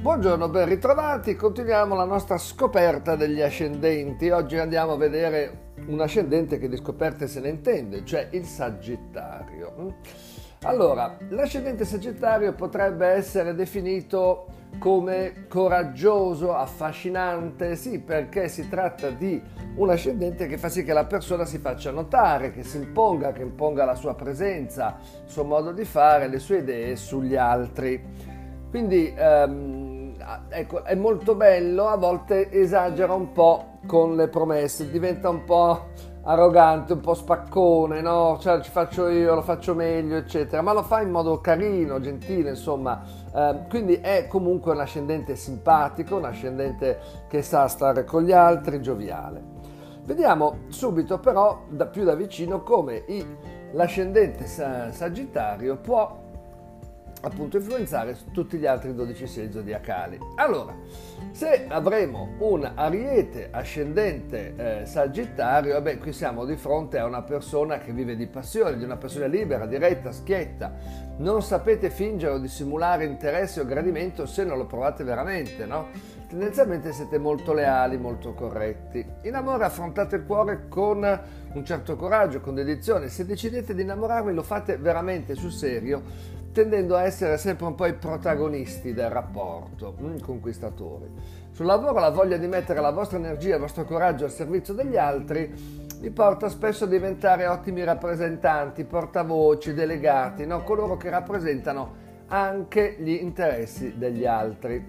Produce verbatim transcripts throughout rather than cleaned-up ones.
Buongiorno, ben ritrovati, continuiamo la nostra scoperta degli ascendenti. Oggi andiamo a vedere un ascendente che di scoperte se ne intende, cioè il Sagittario. Allora, l'ascendente Sagittario potrebbe essere definito come coraggioso, affascinante, sì, perché si tratta di un ascendente che fa sì che la persona si faccia notare, che si imponga, che imponga la sua presenza, il suo modo di fare, le sue idee sugli altri. Quindi ehm, ecco, è molto bello, a volte esagera un po' con le promesse, diventa un po' arrogante, un po' spaccone, no? Cioè ci faccio io, lo faccio meglio, eccetera, ma lo fa in modo carino, gentile, insomma. Eh, quindi è comunque un ascendente simpatico, un ascendente che sa stare con gli altri, gioviale. Vediamo subito però da più da vicino come i, l'ascendente Sagittario può appunto influenzare tutti gli altri dodici segni zodiacali. Allora, se avremo un Ariete ascendente eh, Sagittario, vabbè, qui siamo di fronte a una persona che vive di passione, di una passione libera, diretta, schietta. Non sapete fingere o dissimulare interesse o gradimento se non lo provate veramente, no? Tendenzialmente siete molto leali, molto corretti. In amore affrontate il cuore con un certo coraggio, con dedizione. Se decidete di innamorarvi lo fate veramente sul serio, tendendo a essere sempre un po' i protagonisti del rapporto, mm, conquistatori. Sul lavoro la voglia di mettere la vostra energia, il vostro coraggio al servizio degli altri vi porta spesso a diventare ottimi rappresentanti, portavoci, delegati, no? Coloro che rappresentano anche gli interessi degli altri.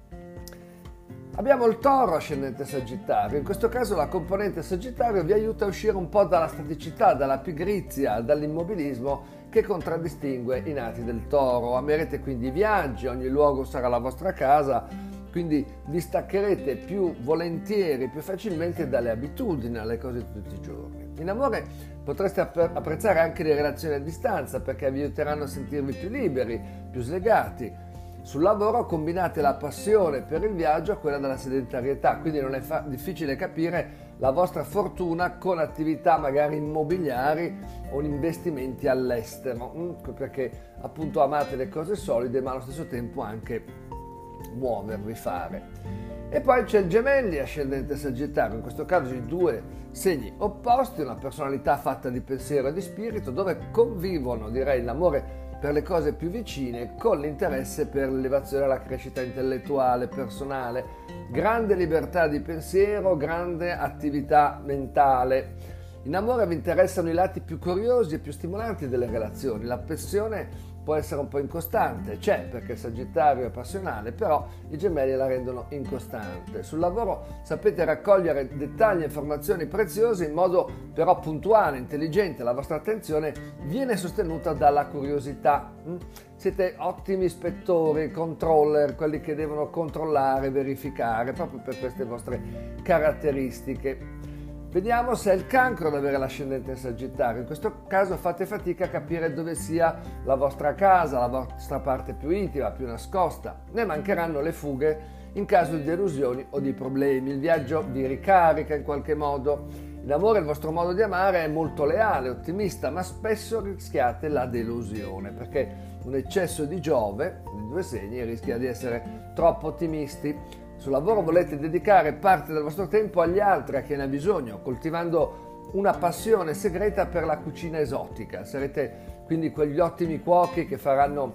Abbiamo il Toro ascendente Sagittario, in questo caso la componente Sagittario vi aiuta a uscire un po' dalla staticità, dalla pigrizia, dall'immobilismo che contraddistingue i nati del Toro. Amerete quindi i viaggi, ogni luogo sarà la vostra casa, quindi vi staccherete più volentieri, più facilmente dalle abitudini, alle cose di tutti i giorni. In amore potreste apprezzare anche le relazioni a distanza perché vi aiuteranno a sentirvi più liberi, più slegati. Sul lavoro combinate la passione per il viaggio a quella della sedentarietà, quindi non è fa- difficile capire la vostra fortuna con attività magari immobiliari o investimenti all'estero, perché appunto amate le cose solide ma allo stesso tempo anche muovervi, fare. E poi c'è il Gemelli ascendente Sagittario, in questo caso i due segni opposti, una personalità fatta di pensiero e di spirito dove convivono, direi, l'amore per le cose più vicine con l'interesse per l'elevazione e la crescita intellettuale, personale, grande libertà di pensiero, grande attività mentale. In amore vi interessano i lati più curiosi e più stimolanti delle relazioni, la passione può essere un po' incostante, c'è perché il Sagittario è passionale, però i Gemelli la rendono incostante. Sul lavoro sapete raccogliere dettagli e informazioni preziose in modo però puntuale, intelligente, la vostra attenzione viene sostenuta dalla curiosità. Siete ottimi ispettori, controller, quelli che devono controllare, verificare, proprio per queste vostre caratteristiche. Vediamo se è il Cancro ad avere l'ascendente Sagittario. In questo caso fate fatica a capire dove sia la vostra casa, la vostra parte più intima, più nascosta. Ne mancheranno le fughe in caso di delusioni o di problemi. Il viaggio vi ricarica in qualche modo. In amore il vostro modo di amare è molto leale, ottimista, ma spesso rischiate la delusione perché un eccesso di Giove, di due segni, rischia di essere troppo ottimisti. Sul lavoro volete dedicare parte del vostro tempo agli altri, a chi ne ha bisogno, coltivando una passione segreta per la cucina esotica. Sarete quindi quegli ottimi cuochi che faranno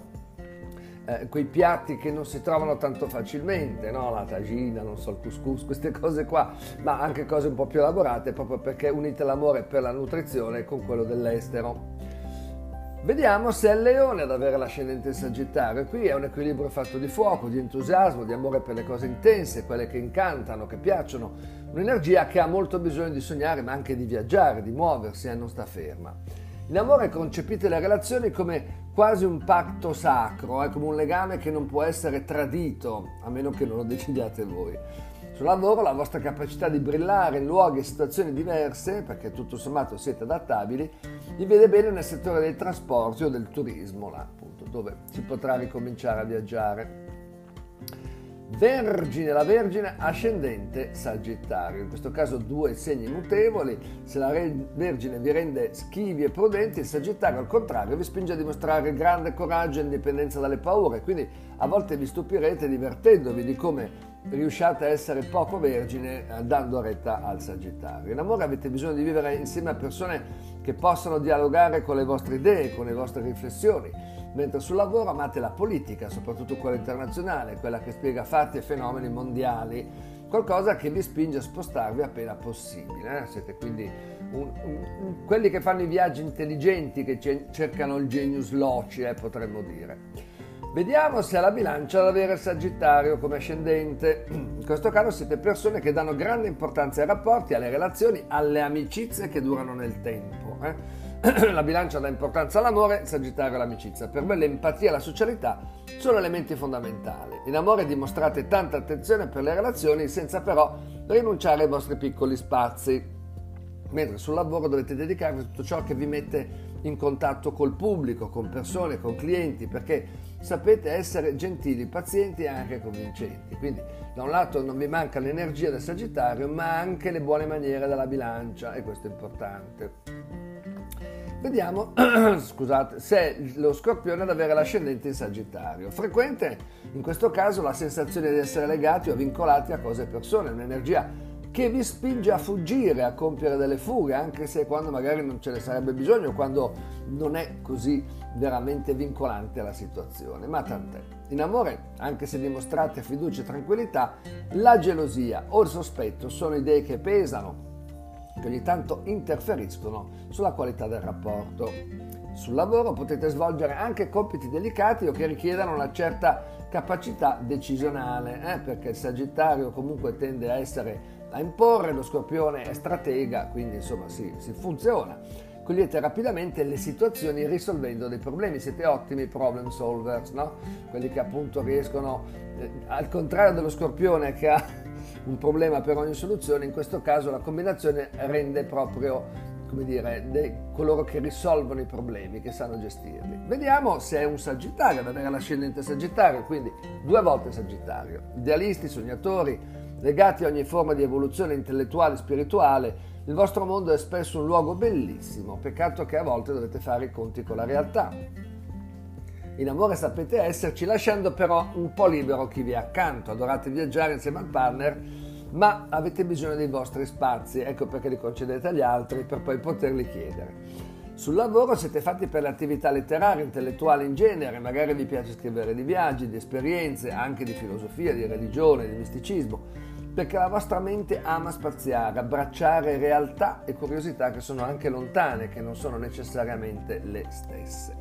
eh, quei piatti che non si trovano tanto facilmente, no? La tagina, non so, il couscous, queste cose qua, ma anche cose un po' più elaborate proprio perché unite l'amore per la nutrizione con quello dell'estero. Vediamo se è il Leone ad avere l'ascendente Sagittario. Qui è un equilibrio fatto di fuoco, di entusiasmo, di amore per le cose intense, quelle che incantano, che piacciono. Un'energia che ha molto bisogno di sognare, ma anche di viaggiare, di muoversi e non sta ferma. In amore concepite le relazioni come quasi un patto sacro, eh, come un legame che non può essere tradito, a meno che non lo decidiate voi. Sul lavoro la vostra capacità di brillare in luoghi e situazioni diverse, perché tutto sommato siete adattabili, vi vede bene nel settore dei trasporti o del turismo, là appunto, dove si potrà ricominciare a viaggiare. Vergine, la Vergine ascendente Sagittario, in questo caso due segni mutevoli. Se la Vergine vi rende schivi e prudenti, il Sagittario al contrario vi spinge a dimostrare grande coraggio e indipendenza dalle paure, quindi a volte vi stupirete divertendovi di come riusciate a essere poco vergine dando retta al Sagittario. In amore avete bisogno di vivere insieme a persone che possano dialogare con le vostre idee, con le vostre riflessioni, mentre sul lavoro amate la politica, soprattutto quella internazionale, quella che spiega fatti e fenomeni mondiali, qualcosa che vi spinge a spostarvi appena possibile. Eh? Siete quindi un, un, quelli che fanno i viaggi intelligenti, che cercano il genius loci, eh, potremmo dire. Vediamo se alla Bilancia ad avere il Sagittario come ascendente. In questo caso siete persone che danno grande importanza ai rapporti, alle relazioni, alle amicizie che durano nel tempo. Eh? La Bilancia dà importanza all'amore, il Sagittario all'amicizia. Per me l'empatia e la socialità sono elementi fondamentali. In amore dimostrate tanta attenzione per le relazioni senza però rinunciare ai vostri piccoli spazi. Mentre sul lavoro dovete dedicarvi a tutto ciò che vi mette in contatto col pubblico, con persone, con clienti, perché sapete essere gentili, pazienti e anche convincenti. Quindi da un lato non vi manca l'energia del Sagittario, ma anche le buone maniere della Bilancia, e questo è importante. Vediamo, scusate, se lo Scorpione ad avere l'ascendente in Sagittario. Frequente in questo caso la sensazione di essere legati o vincolati a cose e persone, un'energia che vi spinge a fuggire, a compiere delle fughe, anche se quando magari non ce ne sarebbe bisogno, quando non è così veramente vincolante la situazione, ma tant'è. In amore, anche se dimostrate fiducia e tranquillità, la gelosia o il sospetto sono idee che pesano, che ogni tanto interferiscono sulla qualità del rapporto. Sul lavoro potete svolgere anche compiti delicati o che richiedano una certa capacità decisionale, eh? perché il Sagittario comunque tende a essere a imporre, lo Scorpione è stratega, quindi insomma si, si funziona. Cogliete rapidamente le situazioni risolvendo dei problemi, siete ottimi problem solvers, no? Quelli che appunto riescono, eh, al contrario dello Scorpione che ha un problema per ogni soluzione, in questo caso la combinazione rende proprio, come dire, dei, coloro che risolvono i problemi, che sanno gestirli. Vediamo se è un Sagittario, ad avere l'ascendente Sagittario, quindi due volte Sagittario. Idealisti, sognatori, legati a ogni forma di evoluzione intellettuale e spirituale, il vostro mondo è spesso un luogo bellissimo, peccato che a volte dovete fare i conti con la realtà. In amore sapete esserci, lasciando però un po' libero chi vi è accanto, adorate viaggiare insieme al partner, ma avete bisogno dei vostri spazi, ecco perché li concedete agli altri per poi poterli chiedere. Sul lavoro siete fatti per le attività letterarie, intellettuali in genere, magari vi piace scrivere di viaggi, di esperienze, anche di filosofia, di religione, di misticismo, perché la vostra mente ama spaziare, abbracciare realtà e curiosità che sono anche lontane, che non sono necessariamente le stesse.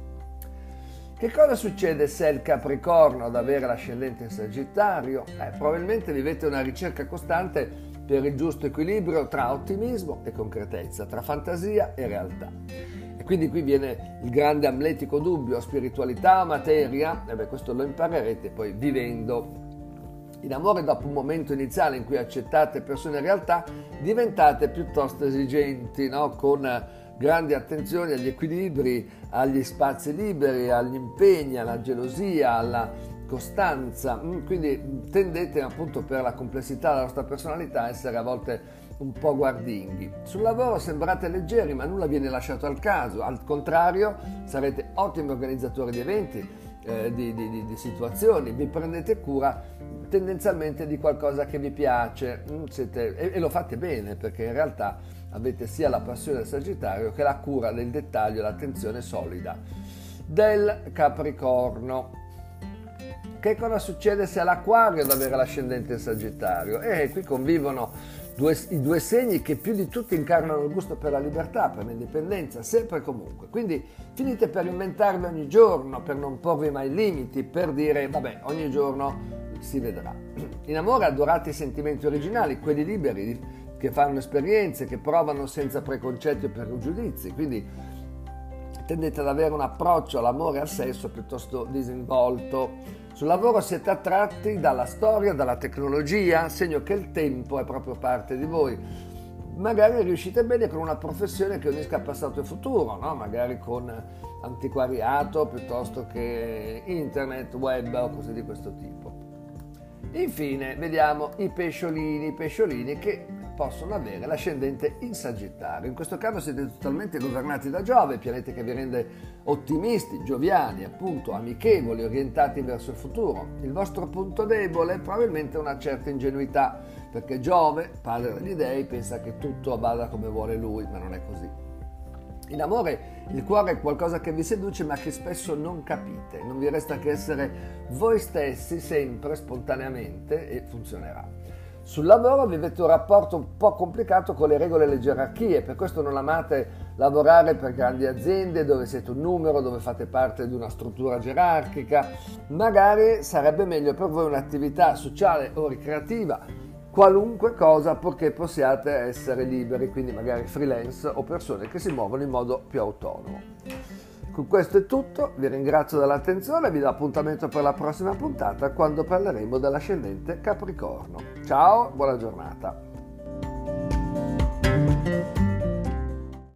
Che cosa succede se è il Capricorno ad avere l'ascendente in Sagittario? Eh, probabilmente vivete una ricerca costante per il giusto equilibrio tra ottimismo e concretezza, tra fantasia e realtà. E quindi qui viene il grande amletico dubbio, spiritualità o materia? E beh, questo lo imparerete poi vivendo. In amore, dopo un momento iniziale in cui accettate persone in realtà, diventate piuttosto esigenti, no? Con grandi attenzioni agli equilibri, agli spazi liberi, agli impegni, alla gelosia, alla costanza. Quindi tendete appunto per la complessità della vostra personalità a essere a volte un po' guardinghi. Sul lavoro sembrate leggeri, ma nulla viene lasciato al caso. Al contrario, sarete ottimi organizzatori di eventi, eh, di, di, di, di situazioni, vi prendete cura tendenzialmente di qualcosa che vi piace, siete, e, e lo fate bene, perché in realtà avete sia la passione del Sagittario che la cura del dettaglio e l'attenzione solida del Capricorno. Che cosa succede se è l'Acquario ad avere l'ascendente in Sagittario? E qui convivono due, i due segni che più di tutti incarnano il gusto per la libertà, per l'indipendenza, sempre e comunque. Quindi finite per inventarvi ogni giorno, per non porvi mai limiti, per dire vabbè, ogni giorno si vedrà. In amore adorate i sentimenti originali, quelli liberi, che fanno esperienze, che provano senza preconcetti o pregiudizi, quindi tendete ad avere un approccio all'amore e al sesso piuttosto disinvolto. Sul lavoro siete attratti dalla storia, dalla tecnologia, segno che il tempo è proprio parte di voi. Magari riuscite bene con una professione che unisca passato e futuro, no? Magari con antiquariato piuttosto che internet, web o cose di questo tipo. Infine vediamo i pesciolini, i pesciolini che possono avere l'ascendente in Sagittario. In questo caso siete totalmente governati da Giove, pianeta che vi rende ottimisti, gioviani, appunto amichevoli, orientati verso il futuro. Il vostro punto debole è probabilmente una certa ingenuità, perché Giove, padre degli dei, pensa che tutto vada come vuole lui, ma non è così. In amore il cuore è qualcosa che vi seduce ma che spesso non capite, non vi resta che essere voi stessi sempre, spontaneamente, e funzionerà. Sul lavoro vivete un rapporto un po' complicato con le regole e le gerarchie, per questo non amate lavorare per grandi aziende dove siete un numero, dove fate parte di una struttura gerarchica. Magari sarebbe meglio per voi un'attività sociale o ricreativa, qualunque cosa, purché possiate essere liberi, quindi magari freelance o persone che si muovono in modo più autonomo. Con questo è tutto, vi ringrazio dell'attenzione e vi do appuntamento per la prossima puntata quando parleremo dell'ascendente Capricorno. Ciao, buona giornata!